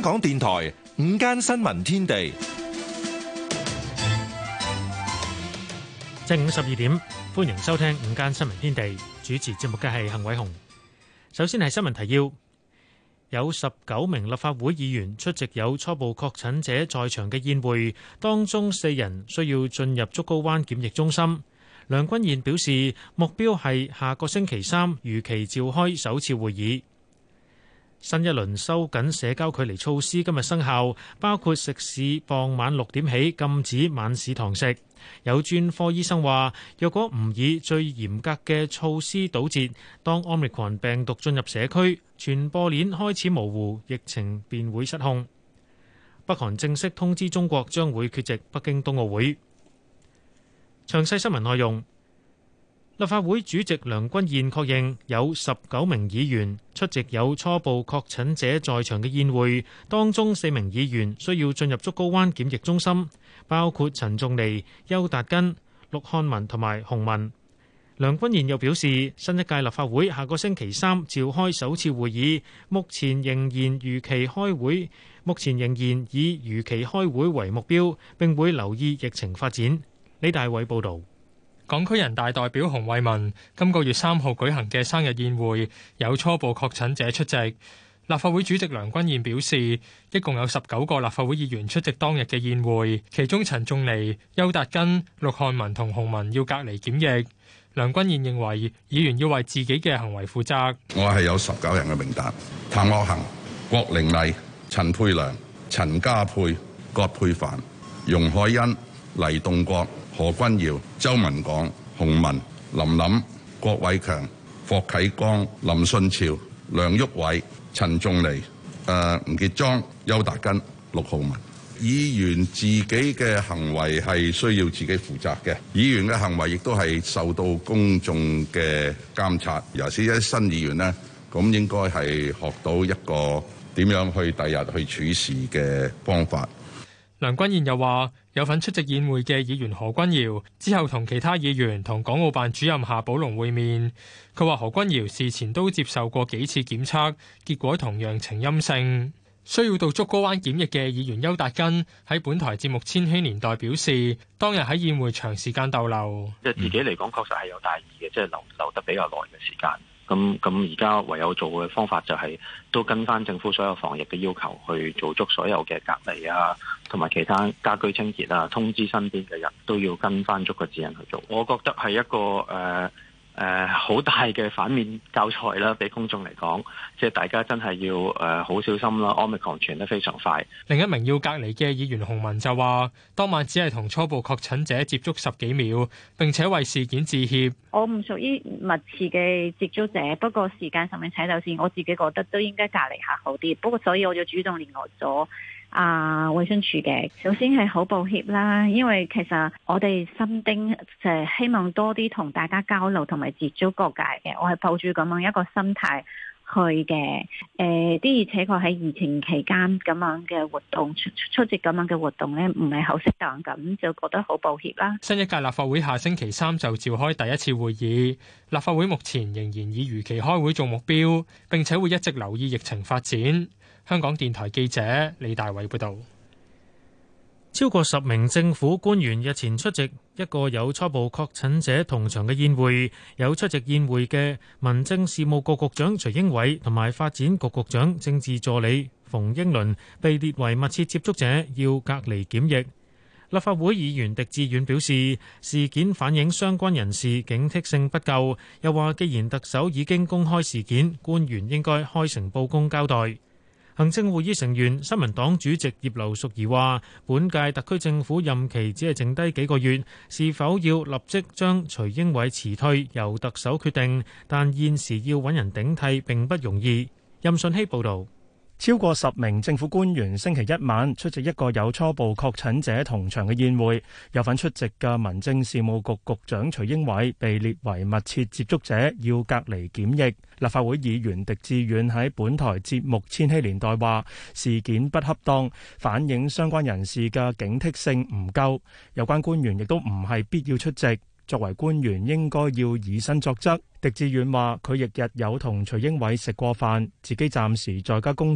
港電台午間新聞天地， 正午12點，歡迎收聽午間新聞天地。主持節目嘅係幸偉雄。首先係新聞提要：有19名立法會議員出席有初步確診者在場嘅宴會，當中4人需要進入竹篙灣檢疫中心。梁君彥表示，目標係下個星期3如期召開首次會議。新一輪收緊社交距離措施今日生效，包括食肆傍晚6點起禁止晚市堂食。有專科醫生話，若果唔以最嚴格嘅措施堵截，當 Omicron 病毒進入社區，傳播鏈開始模糊，疫情便會失控。北韓正式通知中國將會缺席北京冬奧會。詳細新聞內容。立法會主席梁君彥確認有19名議員出席有初步確診者在場嘅宴會，當中4名議員需要進入竹篙灣檢疫中心，包括陳仲尼、邱達根、陸漢文同埋洪文。梁君彥又表示，新一屆立法會下個星期3召開首次會議，目前仍然以如期開會為目標，並會留意疫情發展。李大偉報導。 港區人大代表洪為民今個月3號舉行嘅生日宴會有初步確診者出席。立法會主席梁君彥表示，一共有19個立法會議員出席當日嘅宴會，其中陳仲尼、邱達根、陸漢文同洪文要隔離檢疫。梁君彥認為議員要為自己嘅行為負責。 我係有19人嘅名單：譚岳衡、郭玲麗、陳沛良、陳家佩、葛珮帆、容海恩、黎棟國、何君堯、周文港、洪文、林琳、郭偉強、霍啟剛、林順潮、梁毓偉、陳仲尼、吳傑莊、邱達根、陸浩文。議員自己嘅行為係需要自己負責嘅，議員嘅行為亦都係受到公眾嘅監察。尤其是一啲新議員呢，咁應該係學到一個點樣去第日去處事嘅方法。 梁君彥又話，有份出席宴會嘅議員何君堯之後同其他議員同港澳辦主任夏寶龍會面。佢話何君堯事前都接受過幾次檢測，結果同樣呈陰性。需要到竹篙灣檢疫嘅議員邱達根喺本台節目《千禧年代》表示，當日喺宴會長時間逗留， 即係自己嚟講確實係有大意嘅，即係留得比較耐嘅時間。咁而家唯有做嘅方法就係都跟翻政府所有防疫嘅要求去做足所有嘅隔離啊，同埋其他家居清潔啊，通知身邊嘅人都要跟翻足個指引去做。我覺得係一個好大嘅反面教材啦，俾公眾嚟講，即係大家真係要好小心啦。Omicron 傳得非常快。 另一名要隔離嘅議員洪文就話，當晚只係同初步確診者接觸10幾秒，並且為事件致歉。 我唔屬於密切嘅接觸者，不過時間上面踩到線，我自己覺得都應該隔離下好啲。不過所以我就主動聯絡咗衛生署嘅。首先係好抱歉啦，因為其實我哋心丁就係希望多啲同大家交流同埋接觸各界嘅，我係抱住咁樣一個心態去嘅。的而且確喺疫情期間咁樣嘅活動出席咁樣嘅活動呢，唔係好適當，咁就覺得好抱歉啦。 新一屆立法會下星期3就召開第一次會議，立法會目前仍然以如期開會做目標，並且會一直留意疫情發展。香港電台記者李大偉報導。 超過10名政府官員日前出席一個有初步確診者同場嘅宴會，有出席宴會嘅民政事務局局長徐英偉同埋發展局局長政治助理馮英倫被列為密切接觸者，要隔離檢疫。立法會議員狄志遠表示，事件反映相關人士警惕性不夠，又話既然特首已經公開事件，官員應該開誠佈公交代。行政會議成員、新民黨主席葉劉淑儀話：本屆特區政府任期只係剩低幾個月，是否要立即將徐英偉辭退，由特首決定。但現時要揾人頂替並不容易。任信希報導。 超過10名政府官員星期一晚出席一個有初步確診者同場嘅宴會，有份出席嘅民政事務局局長徐英偉被列為密切接觸者，要隔離檢疫。立法會議員狄志遠喺本台節目《千禧年代》話：事件不恰當，反映相關人士嘅警惕性唔夠，有關官員亦都唔係必要出席。作為官員應該要以身作則。狄志遠話：佢翌日有同徐英偉食過飯，自己暫時在家工作，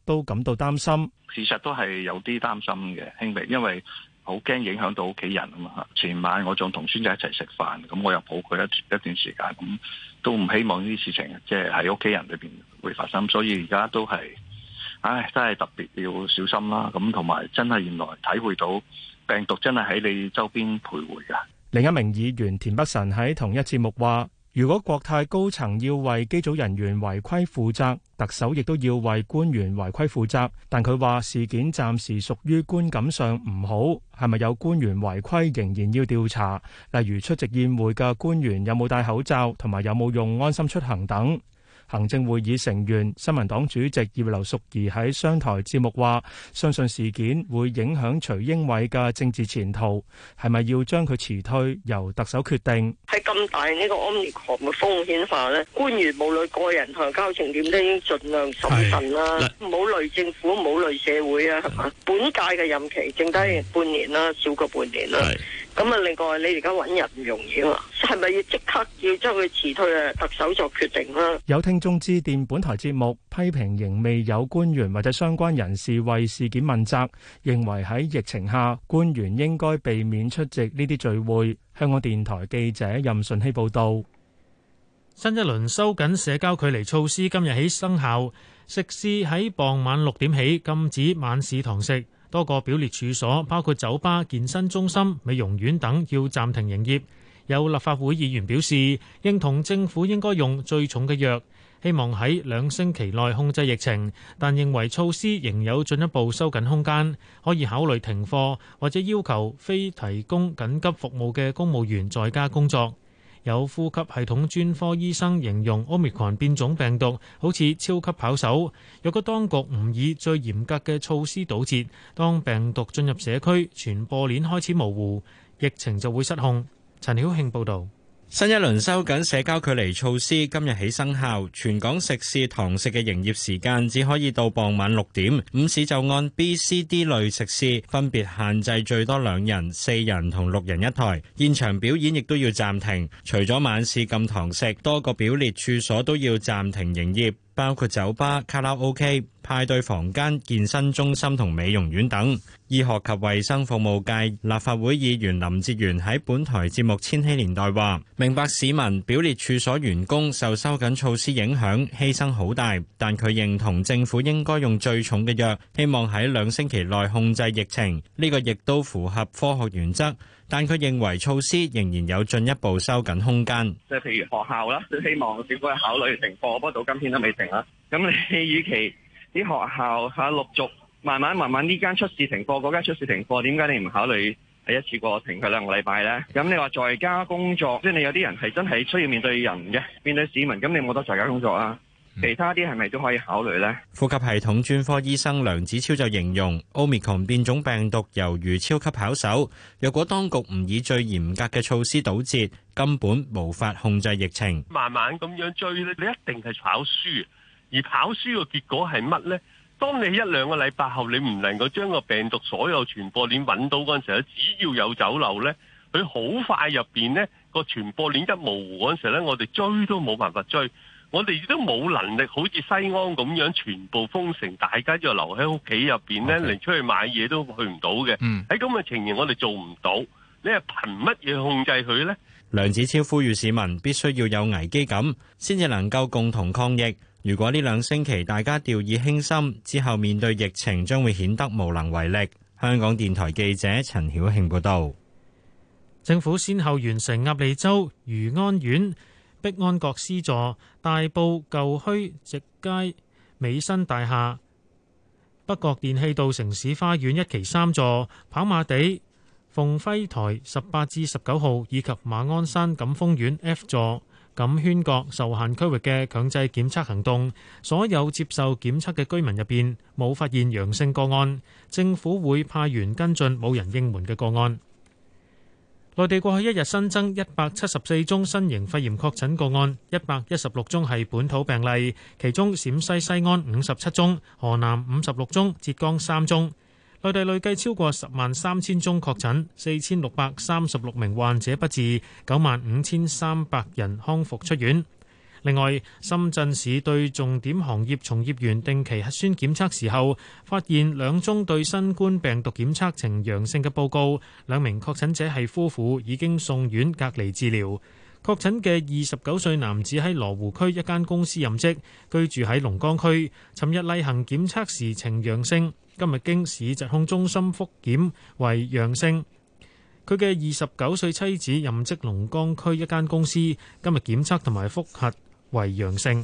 都感到擔心。 事實都係有啲擔心嘅，輕微，因為好驚影響到屋企人啊嘛。前晚我仲同孫仔一齊食飯，咁我又抱佢一段時間，咁都唔希望呢啲事情即係喺屋企人裏邊會發生，所以而家都係，真係特別要小心啦。咁同埋真係原來體會到病毒真係喺你周邊徘徊㗎。 另一名議員田北辰喺同一節目話，如果國泰高層要為機組人員違規負責，特首亦都要為官員違規負責。但佢話事件暫時屬於觀感上唔好，係咪有官員違規仍然要調查，例如出席宴會嘅官員有冇戴口罩，同埋有冇用安心出行等。行政會議成員、新民黨主席葉劉淑儀喺商台節目話，相信事件會影響徐英偉嘅政治前途，係咪要將佢辭退，由特首決定。 喺咁大呢個 Omicron 嘅風險下咧，官員無論個人同交情點都應盡量審慎啦，唔好累政府，唔好累社會啊，係嘛？本屆嘅任期剩低半年啦，少過半年啦。咁啊，另外你而家揾人唔容易啊，係咪要即刻要將佢辭退啊？特首作決定啦。 有聽眾致電本台節目，批評仍未有官員或者相關人士為事件問責，認為喺疫情下，官員應該避免出席呢啲聚會。香港電台記者任順希報導。 新一輪收緊社交距離措施今日起生效，食肆喺傍晚6點起禁止晚市堂食。多個表列處所，包括酒吧、健身中心、美容院等，要暫停營業。有立法會議員表示，認同政府應該用最重嘅藥，希望喺2星期內控制疫情，但認為措施仍有進一步收緊空間，可以考慮停課或者要求非提供緊急服務嘅公務員在家工作。有呼吸系統專科醫生形容 Omicron 變種病毒好似超級跑手，若果當局唔以最嚴格嘅措施堵截，當病毒進入社區，傳播鏈開始模糊，疫情就會失控。陳曉慶報導。 新一輪收緊社交距離措施今日起生效，全港食肆堂食嘅營業時間只可以到傍晚6點。午市就按 B、C、D 類食肆分別限制最多2人、4人同6人一台。現場表演亦都要暫停，除咗晚市禁堂食，多個表列處所都要暫停營業，包括酒吧、卡拉 OK、派對房間、健身中心同美容院等。醫學及衛生服務界立法會議員林哲玄喺本台節目《千禧年代》話：明白市民表列處所員工受收緊措施影響，犧牲好大，但佢認同政府應該用最重嘅藥，希望喺2星期內控制疫情。呢個亦都符合科學原則，但佢認為措施仍然有進一步收緊空間。 即係譬如學校啦，都希望政府考慮停課，不過到今天都未停啦。咁你與其啲學校陸續慢慢呢間出事停課，嗰間出事停課，點解你唔考慮係一次過停佢2個禮拜呢？咁你話在家工作，即係你有啲人係真係需要面對人嘅，面對市民，咁你冇得在家工作啊？其他啲係咪都可以考慮呢？ 呼吸系統專科醫生梁子超就形容 Omicron 變種病毒猶如超級跑手，若果當局唔以最嚴格嘅措施堵截，根本無法控制疫情。 慢慢咁樣追咧，你一定係跑輸，而跑輸嘅結果係乜呢？當你1-2個禮拜後，你唔能夠將個病毒所有傳播鏈揾到嗰陣時咧，只要有走漏呢，佢好快入邊呢個傳播鏈一模糊嗰陣時咧，我哋追都冇辦法追。我哋亦都冇能力好似西安咁樣全部封城，大家就留喺屋企入邊咧，連出去買嘢都去唔到嘅。喺咁嘅情形，我哋做唔到。你係憑乜嘢控制佢呢？ 梁子超呼籲市民必須要有危機感，先至能夠共同抗疫。如果呢2星期大家掉以輕心，之後面對疫情將會顯得無能為力。香港電台記者陳曉慶報導。 政府先後完成鴨脷洲、漁安苑、碧安閣 C 座、大埔舊墟直街、美新大廈、北角電氣道城市花園1期3座、跑馬地鳳輝台18至19號以及馬鞍山錦豐苑 F 座錦圈閣受限區域嘅強制檢測行動，所有接受檢測嘅居民入邊冇發現陽性個案，政府會派員跟進冇人應門嘅個案。內地過去一日新增174宗新型肺炎確診個案，116宗係本土病例，其中陝西西安57宗，河南56宗，浙江3宗。內地累計超過103000宗確診，4636名患者不治，95300人康復出院。 另外，深圳市對重點行業從業員定期核酸檢測時候，發現2宗對新冠病毒檢測呈陽性嘅報告，2名確診者係夫婦，已經送院隔離治療。確診嘅29歲男子喺羅湖區一間公司任職，居住喺龍崗區。尋日例行檢測時呈陽性，今日經市疾控中心復檢為陽性。佢嘅29歲妻子任職龍崗區一間公司，今日檢測同埋複核為陽性。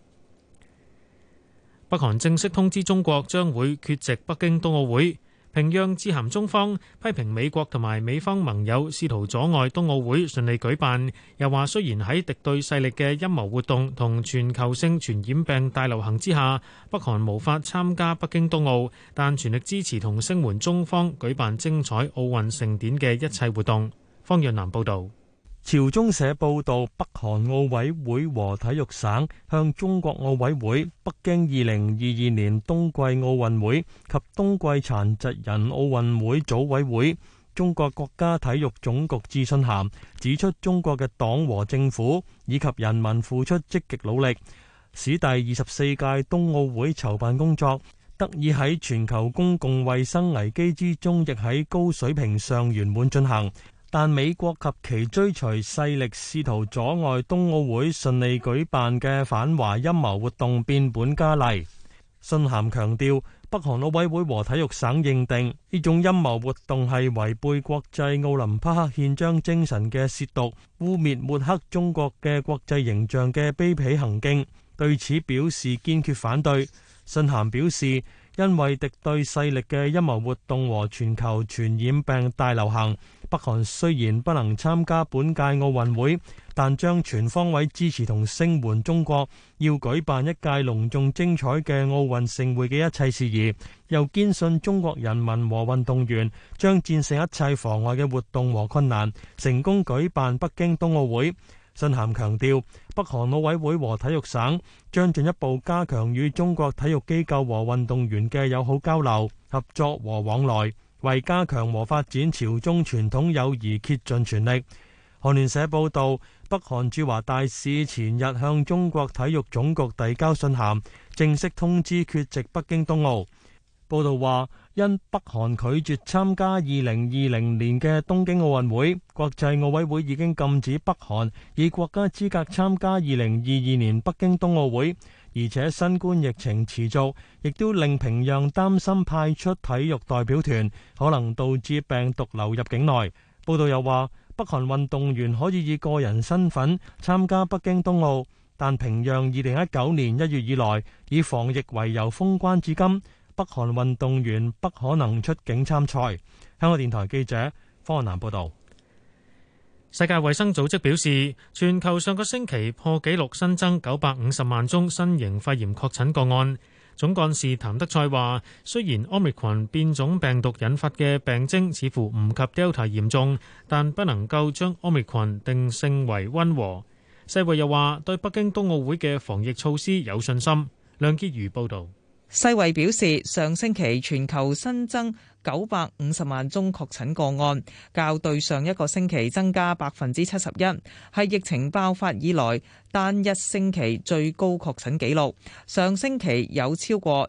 北韓正式通知中國將會缺席北京冬奧會。平壤致函中方，批評美國同埋美方盟友試圖阻礙冬奧會順利舉辦，又話雖然喺敵對勢力嘅陰謀活動同全球性傳染病大流行之下，北韓無法參加北京冬奧，但全力支持同聲援中方舉辦精彩奧運盛典嘅一切活動。方潤南報導。 朝中社報道，北韓奧委會和體育省向中國奧委會、北京2022年冬季奧運會及冬季殘疾人奧運會組委會、中國國家體育總局致信函，指出中國嘅黨和政府以及人民付出積極努力，使第24屆冬奧會籌辦工作得以喺全球公共衛生危機之中，亦喺高水平上圓滿進行。但美國及其追隨勢力試圖阻礙冬奧會順利舉辦嘅反華陰謀活動變本加厲。信函強調，北韓奧委會和體育省認定呢種陰謀活動係違背國際奧林匹克憲章精神嘅褻瀆、污蔑抹黑中國嘅國際形象嘅卑鄙行徑，對此表示堅決反對。信函表示，因為敵對勢力嘅陰謀活動和全球傳染病大流行，北韓雖然不能參加本屆奧運會，但將全方位支持同聲援中國要舉辦一屆隆重精彩嘅奧運盛會嘅一切事宜，又堅信中國人民和運動員將戰勝一切妨礙嘅活動和困難，成功舉辦北京冬奧會。信函強調，北韓奧委會和體育省將進一步加強與中國體育機構和運動員嘅友好交流、合作和往來，為加強和發展朝中傳統友誼竭盡全力。韓聯社報導，北韓駐華大使前日向中國體育總局遞交信函，正式通知缺席北京冬奧。報導話，因北韓拒絕參加2020年嘅東京奧運會，國際奧委會已經禁止北韓以國家資格參加2022年北京冬奧會，而且新冠疫情持續，亦都令平壤擔心派出體育代表團可能導致病毒流入境內。報導又話，北韓運動員可以以個人身份參加北京冬奧，但平壤2019年1月以來以防疫為由封關至今。北韓運動員不可能出境參賽。香港電台記者方漢南報道。 世界衛生組織表示，全球上個星期破紀錄新增950萬宗新型肺炎確診個案。總幹事譚德塞話，雖然 Omicron 變種病毒引發嘅病徵似乎唔及 Delta 嚴重，但不能夠將 Omicron 定性為溫和。世衛又話，對北京冬奧會嘅防疫措施有信心。梁潔如報導。 世衛表示，上星期全球新增950萬宗確診個案，較對上一個星期增加71%，係疫情爆發以來單一星期最高確診紀錄。上星期有超過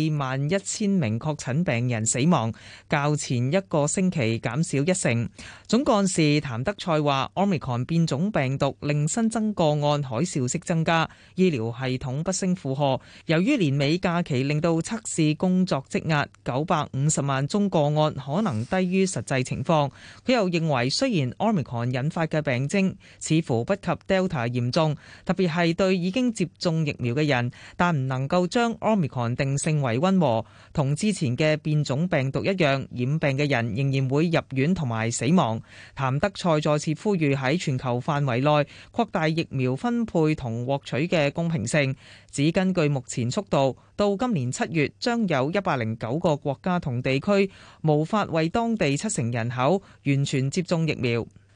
41000名確診病人死亡，較前一個星期減少1成。總幹事譚德塞話 Omicron 變種病毒令新增個案海嘯式增加，醫療系統不勝負荷。由於年尾假期令到測試工作積壓，950萬宗個案可能低於實際情況。佢又認為，雖然 Omicron 引發嘅病徵似乎不及 Delta 嚴重，特別係對已經接種疫苗嘅人，但唔能夠將 Omicron 定性為溫和。同之前嘅變種病毒一樣，染病嘅人仍然會入院同埋死亡。譚德塞再次呼籲喺全球範圍內擴大疫苗分配同獲取嘅公平性，只根據目前速度，到今年7月將有109個國家同地區無法為當地70%人口完全接種疫苗。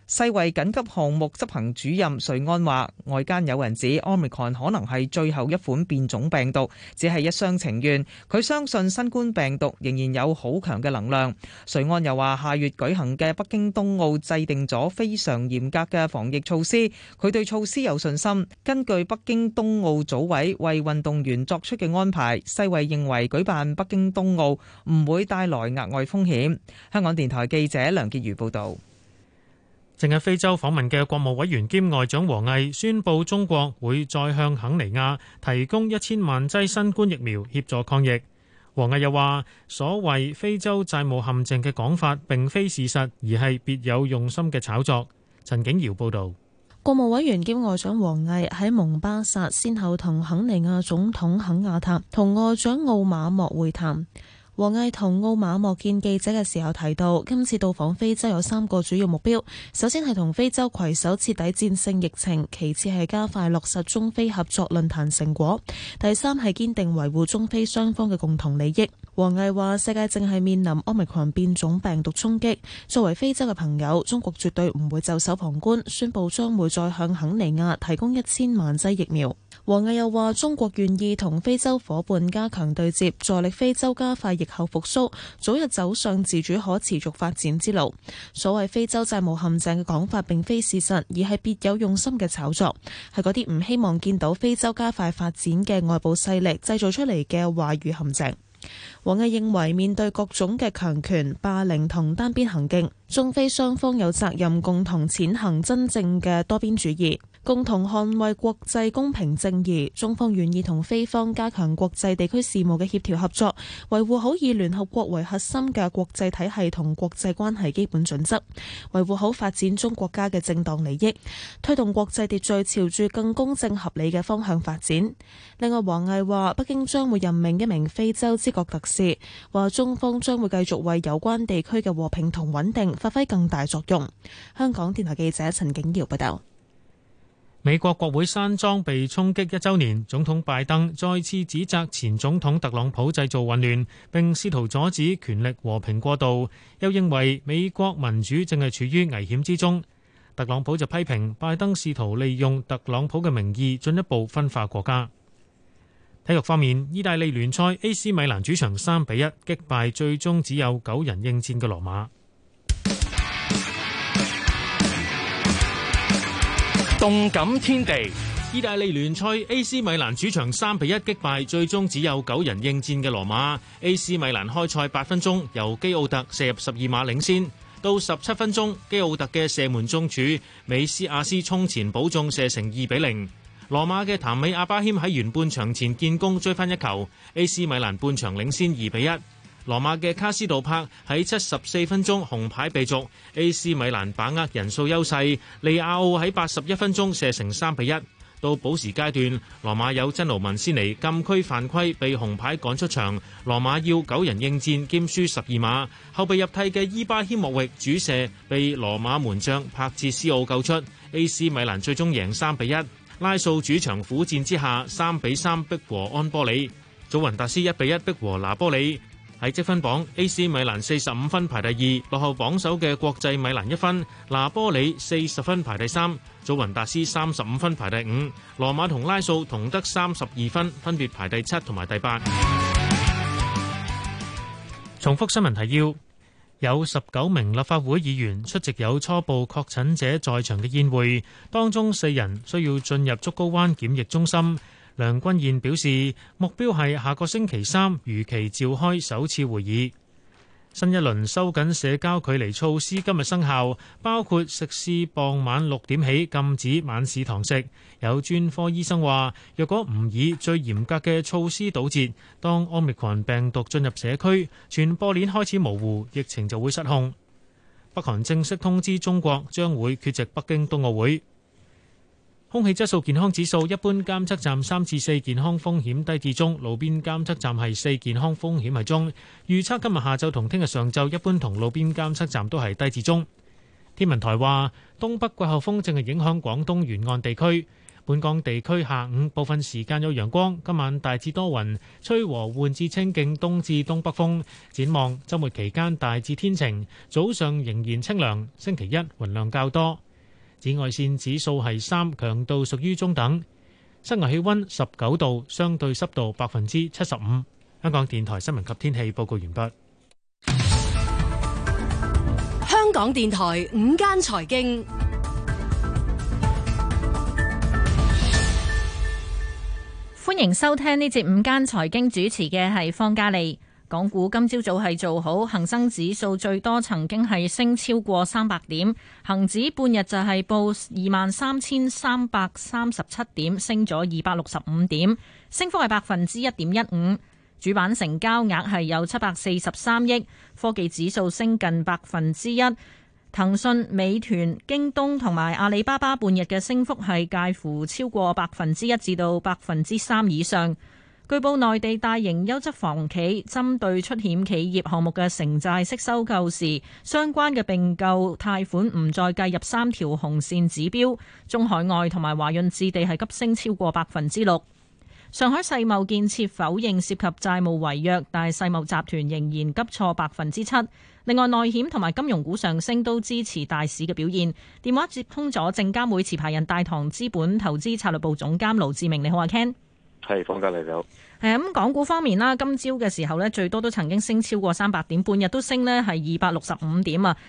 世衛緊急項目執行主任瑞安話，外間有人指 Omicron 可能係最後一款變種病毒，只係一廂情願。佢相信新冠病毒仍然有好強嘅能量。瑞安又話，下月舉行嘅北京冬奧制定咗非常嚴格嘅防疫措施，佢對措施有信心。根據北京冬奧組委為運動員作出嘅安排，世衛認為舉辦北京冬奧唔會帶來額外風險。香港電台記者梁潔如報導。 正喺非洲訪問嘅國務委員兼外長王毅宣布，中國會再向肯尼亞提供1000萬劑新冠疫苗協助抗疫。王毅又話，所謂非洲債務陷阱嘅講法並非事實，而係別有用心嘅炒作。陳景堯報導。 國務委員兼外長王毅喺蒙巴薩先後同肯尼亞總統肯亞塔同外長奧馬莫會談。王毅同奧馬莫見記者嘅時候提到，今次到訪非洲有3個主要目標，首先係同非洲攜手徹底戰勝疫情，其次係加快落實中非合作論壇成果，第三係堅定維護中非雙方嘅共同利益。王毅話，世界正係面臨 Omicron 變種病毒衝擊，作為非洲嘅朋友，中國絕對唔會袖手旁觀，宣布將會再向肯尼亞提供1000萬劑疫苗。王毅又話，中國願意同非洲夥伴加強對接，助力非洲加快疫後復甦，早日走上自主可持續發展之路。所謂非洲債務陷阱嘅講法並非事實，而係別有用心嘅炒作，係嗰啲唔希望見到非洲加快發展嘅外部勢力製造出嚟嘅話語陷阱。王毅認為，面對各種嘅強權、霸凌同單邊行徑，中非雙方有責任共同踐行真正嘅多邊主義，共同捍衛國際公平正義。中方願意同非方加強國際地區事務嘅協調合作，維護好以聯合國為核心嘅國際體系同國際關係基本準則，維護好發展中國家嘅正當利益，推動國際秩序朝住更公正合理嘅方向發展。另外，王毅話，北京將會任命一名非洲之國特使，話中方將會繼續為有關地區嘅和平同穩定發揮更大作用。香港電台記者陳景堯報道。 美國國會山莊被衝擊1週年，總統拜登再次指責前總統特朗普製造混亂，並試圖阻止權力和平過渡，又認為美國民主正係處於危險之中。特朗普就批評拜登試圖利用特朗普嘅名義進一步分化國家。體育方面，意大利聯賽 AC 米蘭主場3-1擊敗最終只有9人應戰嘅羅馬。 動感天地， 意大利聯賽 AC 米蘭主場3-1擊敗最終只有9人應戰嘅羅馬。AC 米蘭開賽8分鐘由基奧特射入12碼領先，到17分鐘基奧特嘅射門中柱，美斯亞斯衝前補中射成2-0。羅馬嘅譚美阿巴謙喺完半場前建功追翻一球 ，AC 米蘭半場領先2-1。羅馬嘅卡斯杜柏喺74分鐘紅牌被逐 ，AC 米蘭把握人數優勢，利亞奧喺81分鐘射成3-1。到補時階段，羅馬有真奴文斯尼禁區犯規被紅牌趕出場，羅馬要9人應戰兼輸12碼。後備入替嘅伊巴謙莫域主射被羅馬門將柏捷斯奧救出 ，AC 米蘭最終贏3-1。拉素主場苦戰之下3-3逼和安波里，祖雲達斯1-1逼和拿波里。喺積分榜 ，AC 米蘭45分排第2，落後榜首嘅國際米蘭1分；拿波里40分排第3，祖雲達斯35分排第5，羅馬同拉素同得32分，分別排第7同埋第8。重複新聞提要：有19名立法會議員出席有初步確診者在場嘅宴會，當中4人需要進入竹篙灣檢疫中心。梁君彥表示，目標係下個星期3如期召開首次會議。新一輪收緊社交距離措施今日生效，包括食肆傍晚6點起禁止晚市堂食。有專科醫生話，若果唔以最嚴格嘅措施堵截，當 Omicron 病毒進入社區，傳播鏈開始模糊，疫情就會失控。北韓正式通知中國將會缺席北京冬奧會。空氣質素健康指數，一般監測站3至4健康風險低至中，路邊監測站係4健康風險係中。預測今日下晝同聽日上晝一般同路邊監測站都係低至中。天文台話，東北季候風正係影響廣東沿岸地區。 本港地區下午部分時間有陽光，今晚大致多雲，吹和緩至清勁東至東北風。展望週末期間大致天晴，早上仍然清涼。星期一雲量較多，紫外線指數係3，強度屬於中等。室外氣溫19度，相對濕度75%。香港電台新聞及天氣報告完畢。 香港電台午間財經。 歡迎收聽呢節午間財經，主持嘅係方嘉利。港股今朝早係做好，恒生指數最多曾經係升超過300點，恒指半日就係報23,337點，升咗265點，升幅係1.15%。主板成交額係有743億，科技指數升近1%。騰訊、美團、京東同埋阿里巴巴半日嘅升幅係介乎超過1%至到3%以上。據報內地大型優質房企針對出險企業項目嘅城債息收購時，相關嘅併購貸款唔再計入3條紅線指標。中海外同埋華潤置地係急升超過6%。上海世貿建設否認涉及債務違約，但係世貿集團仍然急挫7%。另外，內險同埋金融股上升都支持大市嘅表現。電話接通咗證監會持牌人大唐資本投資策略部總監盧志明，你好，阿 Ken。 係，方家你好。 咁港股方面啦，今朝嘅時候呢，最多都曾經升超過300點，半日都升呢係265點啊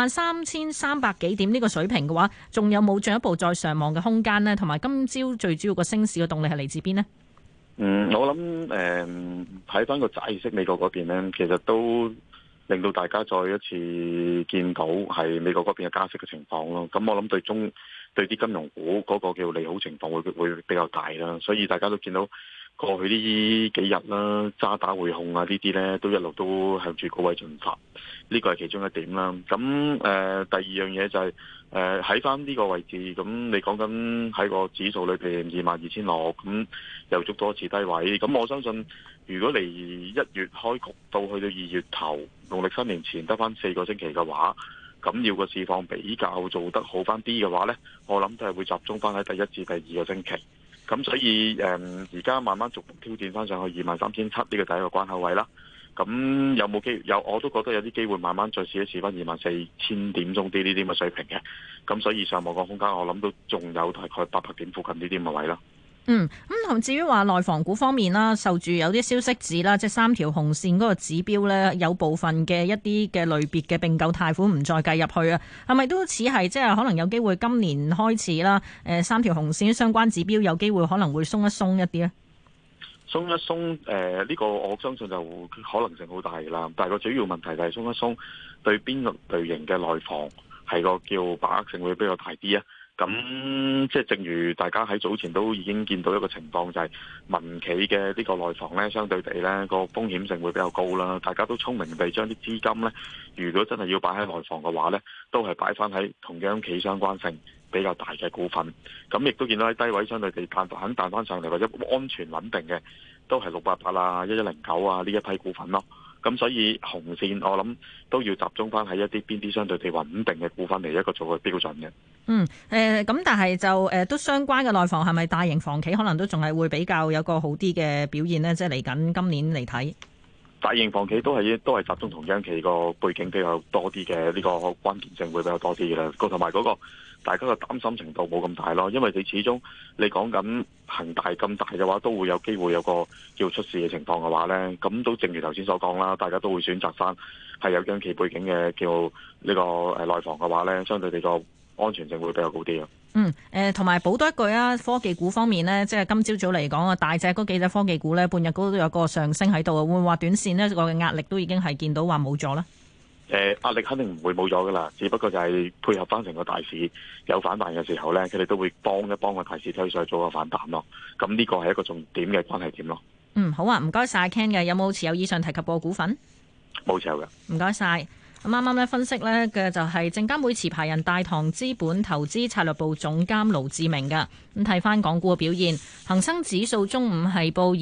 ，23,300幾點呢個水平嘅話，仲有冇進一步再上望嘅空間呢？同埋今朝最主要個升市嘅動力係嚟自邊呢？ 我諗睇翻個債息美國嗰邊呢，其實都令到大家再一次見到係美國嗰邊嘅加息嘅情況咯。咁我諗對啲金融股嗰個叫利好情況會比較大啦。所以大家都見到過去呢幾日啦，渣打匯控啊呢啲呢都一路都向住高位進發，呢個係其中一點啦。咁第二樣嘢就係喺翻呢個位置，咁你講緊喺個指數裏邊22,600，咁又捉多一次低位。咁我相信如果嚟1月開局到去到2月頭，農曆新年前得翻4個星期嘅話，咁要個市況比較做得好翻啲嘅話呢，我諗都係會集中翻喺第1至第2個星期。咁所以而家慢慢逐步挑戰翻上去23,700呢個第一個關口位啦。咁有冇機有？我都覺得有啲機會慢慢再試一試翻24,000點鐘啲呢啲咁嘅水平嘅。咁所以上望個空間，我諗都仲有大概800點附近呢啲咁嘅位啦。 咁同至於話內房股方面啦，受住有啲消息指啦，即係3條紅線嗰個指標呢，有部分嘅一啲嘅類別嘅併購貸款唔再計入去啊，係咪都似係即係可能有機會今年開始啦？3條紅線相關指標有機會可能會鬆一鬆一啲咧？ 鬆一鬆呢個我相信就可能性好大啦，但係個主要問題就係鬆一鬆對邊個類型嘅內房係個叫把握性會比較大啲啊。咁即係正如大家喺早前都已經見到一個情況，就係民企嘅呢個內房呢，相對地呢個風險性會比較高啦。大家都聰明地將啲資金呢，如果真係要擺喺內房嘅話呢，都係擺翻喺同央企相關性比較大嘅股份。咁亦都見到喺低位相對地肯彈翻上嚟，或者安全穩定嘅，都係688啊、1109啊呢一批股份咯。咁所以紅線我諗都要集中翻喺一啲邊啲相對地穩定嘅股份嚟一個做個標準嘅。 咁但係就都相關嘅內房係咪大型房企可能都仲係會比較有個好啲嘅表現呢？即係嚟緊今年嚟睇， 大型房企都係集中同央企個背景比較多啲嘅，呢個關鍵性會比較多啲嘅啦。同埋嗰個大家嘅擔心程度冇咁大咯，因為你始終你講緊恒大咁大嘅話，都會有機會有個叫出事嘅情況嘅話呢，咁都正如頭先所講啦，大家都會選擇翻係有央企背景嘅叫呢個內房嘅話呢，相對地個安全性會比較高啲咯。 同埋補多一句啊，科技股方面呢，即係今朝早嚟講啊，大隻嗰幾隻科技股呢，半日都有個上升喺度啊，會唔會話短線呢個壓力都已經係見到話冇咗呢？ 壓力肯定唔會冇咗噶啦，只不過就係配合翻成個大市有反彈嘅時候呢，佢哋都會幫一幫個大市推上去做個反彈咯。咁呢個係一個重點嘅關係點咯。 好啊，唔該晒 Ken 嘅，有冇持有以上提及過股份？ 冇持有嘅。唔該晒。咁啱啱咧分析呢嘅就係證監會持牌人大唐資本投資策略部總監盧志明㗎。咁睇翻港股嘅表現，恒生指數中午係報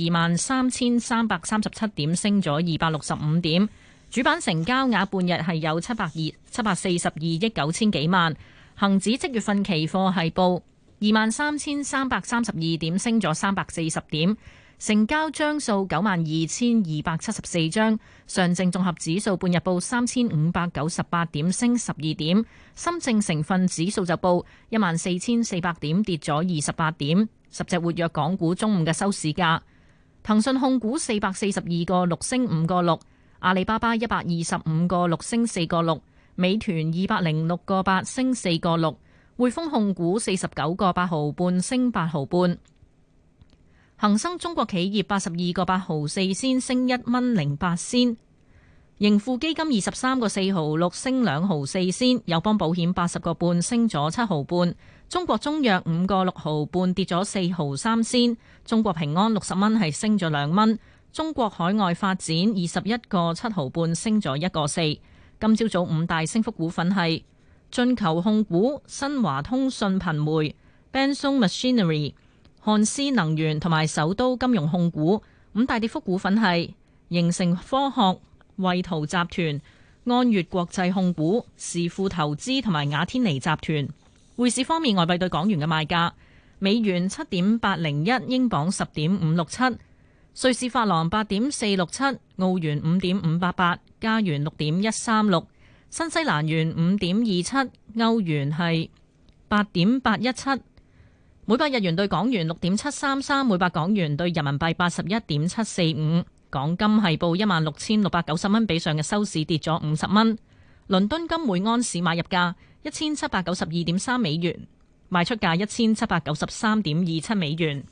23,337點，升咗265點。主板成交額半日係有742億9千幾萬。恒指即月份期貨係報 23,332點，升咗340點。成交張數92,274張。上證綜合指數半日報3,598點，升12點。深證成分指數就報14,400點，跌咗28點。10隻活躍港股中午嘅收市價：騰訊控股442個6升5個6，阿里巴巴125個6升4個6，美團206個8升4個6，匯豐控股49個8毫半升8毫半。恒生中國企業82個8毫4仙升1蚊08仙，盈富基金23個4毫6升2毫4仙，友邦保險80個半升咗7毫半，中國中藥5個6毫半跌咗4毫3仙，中國平安60蚊係升咗2蚊，中國海外發展21個7毫半升咗1個4。今朝早五大升幅股份係進球控股、新華通訊頻媒、Benson Machinery、漢斯能源同埋首都金融控股。五大跌幅股份係形成科學、惠圖集團、安悅國際控股、時富投資同埋雅天尼集團。匯市方面，外幣對港元嘅賣價：美元7.801，英鎊10.567，瑞士法郎8.467，澳元5.588，加元6.136，新西蘭元5.27，歐元係8.817。每百日元對港元6.733，每百港元對人民幣81.745。港金係報16,690蚊，比上日收市跌咗50蚊。倫敦金每安士買入價1792.3美元，賣出價1793.27美元。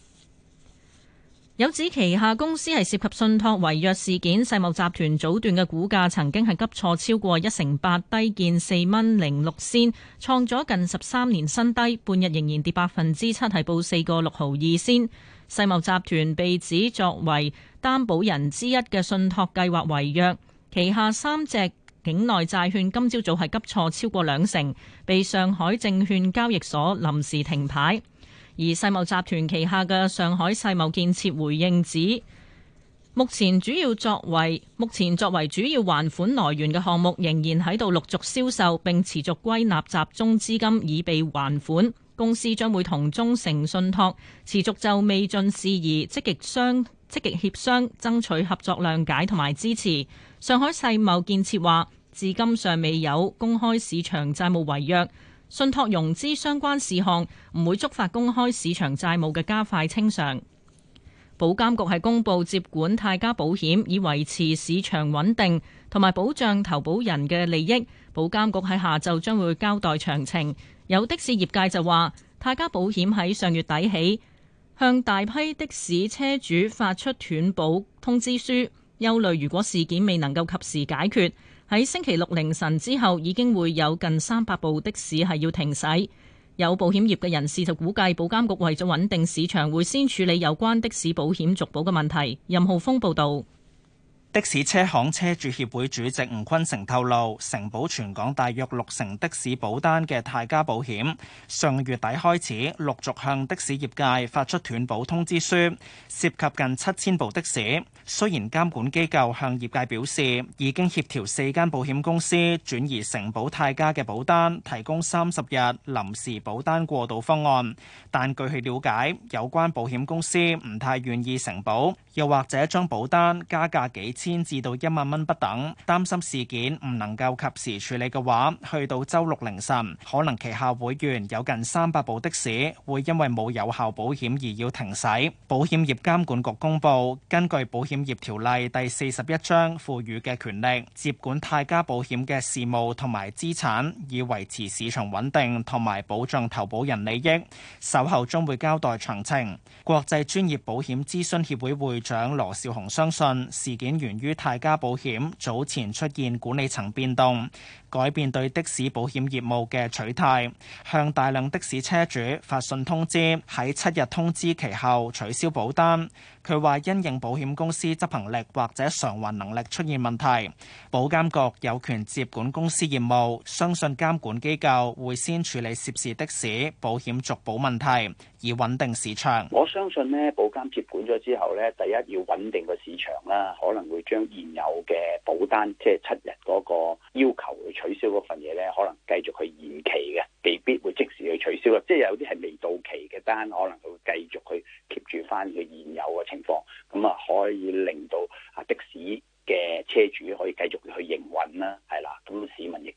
有指旗下公司係涉及信託違約事件，世茂集團早段嘅股價曾經係急挫超過1成8，低見4蚊06仙，創咗近13年新低，半日仍然跌7%，係報4個6毫2仙。世茂集團被指作為擔保人之一嘅信託計劃違約，旗下3隻境內債券今朝早係急挫超過2成，被上海證券交易所臨時停牌。而世茂集團旗下嘅上海世茂建設回應指，目前作為主要還款來源嘅項目仍然喺度陸續銷售，並持續歸納集中資金以備還款。公司將會同中誠信託持續就未盡事宜積極協商，爭取合作諒解同埋支持。上海世茂建設話，至今尚未有公開市場債務違約。信託融資相關事項唔會觸發公開市場債務嘅加快清償。保監局係公布接管泰嘉保險，以維持市場穩定同埋保障投保人嘅利益。保監局喺下晝將會交代詳情。有的士業界就話，泰嘉保險喺上月底起向大批的士車主發出斷保通知書，憂慮如果事件未能夠及時解決，喺星期六凌晨之後已經會有近300部的士係要停駛。有保險業嘅人士就估計，保監局為咗穩定市場，會先處理有關的士保險續保嘅問題。任浩峰報導。 的士車行車主協會主席吳坤成透露，承保全港大約60%的士保單嘅泰嘉保險，上月底開始陸續向的士業界發出斷保通知書，涉及近7000部的士。雖然監管機構向業界表示已經協調4間保險公司轉移承保泰嘉嘅保單，提供30日臨時保單過渡方案，但據佢了解，有關保險公司唔太願意承保，又或者將保單加價幾千至到1萬蚊不等，擔心事件唔能夠及時處理嘅話，去到周六凌晨，可能旗下會員有近300部的士會因為冇有效保險而要停駛。保險業監管局公布，根據保險業條例第41章賦予嘅權力，接管泰嘉保險嘅事務同埋資產，以維持市場穩定同埋保障投保人利益。稍後將會交代詳情。國際專業保險諮詢協會會長羅少雄相信事件源於泰嘉保險早前出現管理層變動，改變對的士保險業務嘅取態，向大量的士車主發信通知，喺7日通知期後取消保單。佢話因應保險公司執行力或者償還能力出現問題，保監局有權接管公司業務，相信監管機構會先處理涉事的士保險續保問題，以穩定市場。 我相信呢，保監接管咗之後呢，第一要穩定個市場啦，可能會將現有嘅保單即係7日嗰個要求去取消嗰份嘢呢，可能繼續去延期嘅，未必會即時去取消啦。即係有啲係未到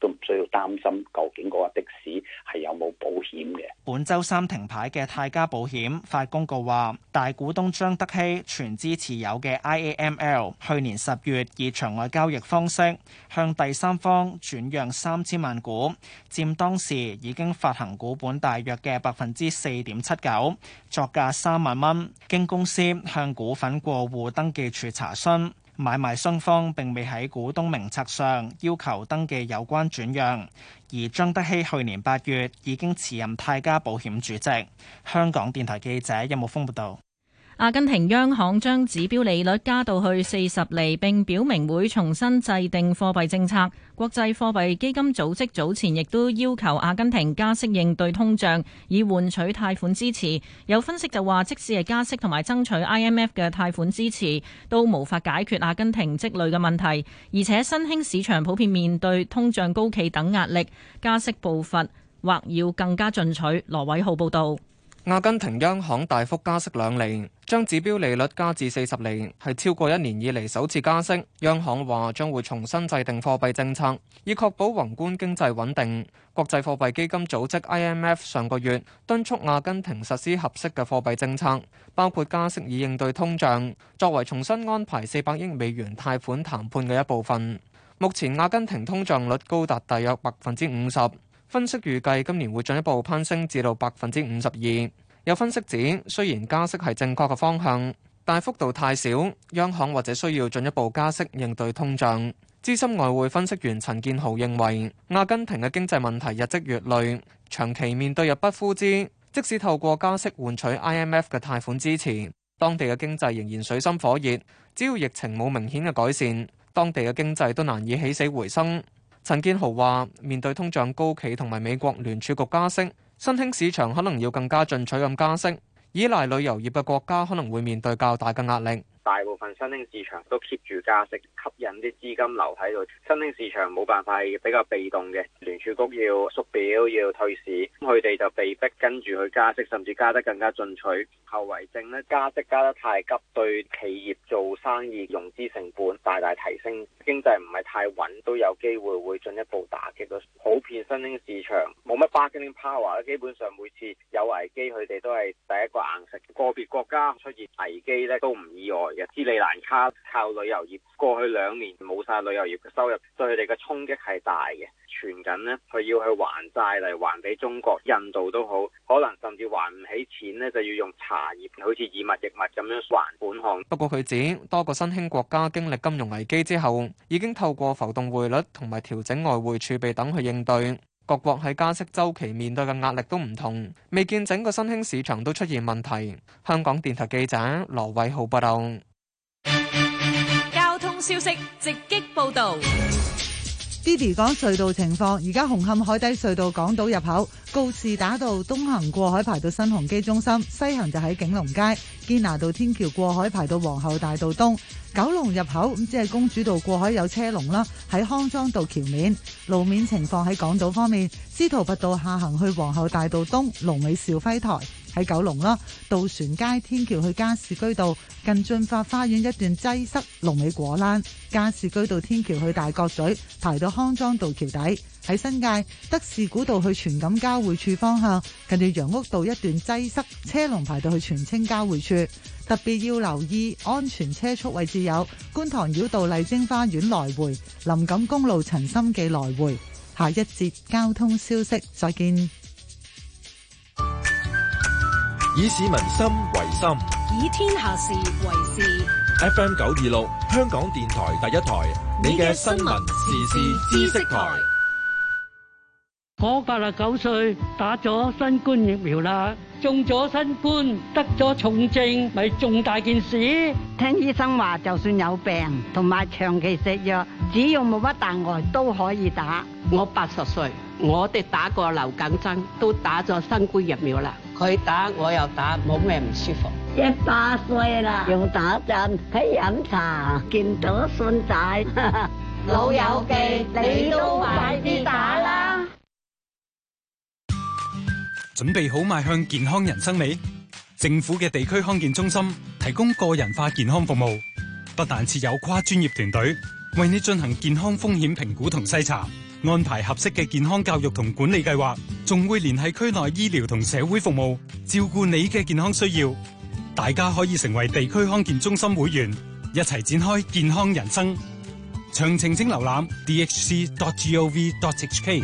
都唔需要擔心究竟嗰個的士係有冇保險嘅。 本週三停牌嘅泰嘉保險發公告話，大股東張德熙全資持有嘅 IAML 去年10月以場外交易方式向第三方轉讓3000萬股，佔當時已經發行股本大約嘅4.79%，作價3萬蚊。經公司向股份過戶登記處查詢，買賣雙方並未喺股東名冊上要求登記有關轉讓，而張德熙去年8月已經辭任泰嘉保險主席。香港電台記者任木峰報道。 阿根廷央行將指標利率加到去40厘，並表明會重新制定貨幣政策。國際貨幣基金組織早前亦都要求阿根廷加息應對通脹，以換取貸款支持。有分析就話，即使係加息同埋爭取 IMF 嘅貸款支持，都無法解決阿根廷積累嘅問題，而且新興市場普遍面對通脹高企等壓力，加息步伐或要更加進取。羅偉浩報導。 阿根廷央行大幅加息2厘，將指標利率加至40厘，係超過1年以嚟首次加息。央行話將會重新制定貨幣政策，以確保宏觀經濟穩定。國際貨幣基金組織 IMF 上個月敦促阿根廷實施合適嘅貨幣政策，包括加息以應對通脹，作為重新安排400億美元貸款談判嘅一部分。目前阿根廷通脹率高達大約50%。分析預計今年會進一步攀升至到52%。有分析指，雖然加息係正確嘅方向，但幅度太少，央行或者需要進一步加息應對通脹。資深外匯分析員陳建豪認為，阿根廷嘅經濟問題日積月累，長期面對入不敷支。即使透過加息換取 IMF 嘅貸款支持，當地嘅經濟仍然水深火熱。只要疫情冇明顯嘅改善，當地嘅經濟都難以起死回生。陳建豪話：面對通脹高企同埋美國聯儲局加息，新興市場可能要更加進取咁加息，依賴旅遊業嘅國家可能會面對較大嘅壓力。 大部分新興市場都 keep 住加息，吸引啲資金流喺度。新興市場冇辦法係比較被動嘅，聯儲局要縮表要退市，佢哋就被逼跟住去加息，甚至加得更加進取。後遺症呢，加息加得太急，對企業做生意融資成本大大提升，經濟唔係太穩，都有機會會進一步打擊到。普遍新興市場冇乜 bargaining power， 基本上每次有危機，佢哋都係第一個硬食。個別國家出現危機呢，都唔意外。斯里蘭卡靠旅遊業，過去2年冇晒旅遊業嘅收入，對佢哋嘅衝擊係大嘅。傳緊呢，佢要去還債嚟還俾中國、印度都好，可能甚至還唔起錢呢，就要用茶葉，好似以物易物咁樣還款項。 不過佢指，多個新興國家經歷金融危機之後，已經透過浮動匯率同埋調整外匯儲備等去應對。各國喺加息週期面對嘅壓力都唔同，未見整個新興市場都出現問題。香港電台記者羅偉浩報道。 交通消息直擊報道。 Diddy 講隧道情況，而家紅磡海底隧道港島入口告士打道東行過海排到新鴻基中心，西行就喺景隆街堅拿道天橋過海排到皇后大道東。九龍入口咁只係公主道過海有車龍啦，喺康莊道橋面。路面情況喺港島方面，司徒拔道下行去皇后大道東龍尾兆輝台。喺九龍啦，渡船街天橋去加士居道近駿發花園一段擠塞，龍尾果欄。加士居道天橋去大角咀排到康莊道橋底。喺新界德士古道去荃錦交匯處方向近住楊屋道一段擠塞，車龍排到去荃青交匯處。特別要留意安全車速位置有觀塘繞道麗晶花園來回、林錦公路陳心記來回。下一節交通消息再見。 以市民心為心， 以天下事為事。 FM 926，香港電台第一台，你嘅新聞時事知識台。 我89歲，打咗新冠疫苗啦，中咗新冠，得咗重症，咪重大件事。 聽醫生話，就算有病同埋長期食藥，只要冇乜大礙都可以打。 我80歲，我哋打過流感針，都打咗新冠疫苗啦。佢打我又打，冇咩唔舒服。 100歲啦，用打針喺飲茶，見到孫仔， 老友記，你都快啲打啦！ 準備好邁向健康人生未？政府嘅地區康健中心提供個人化健康服務，不但設有跨專業團隊為你進行健康風險評估同篩查， 安排合適嘅健康教育同管理計劃，仲會聯繫區內醫療同社會服務，照顧你嘅健康需要。大家可以成為地區康健中心會員，一齊展開健康人生。詳情請瀏覽 dhc.gov.hk。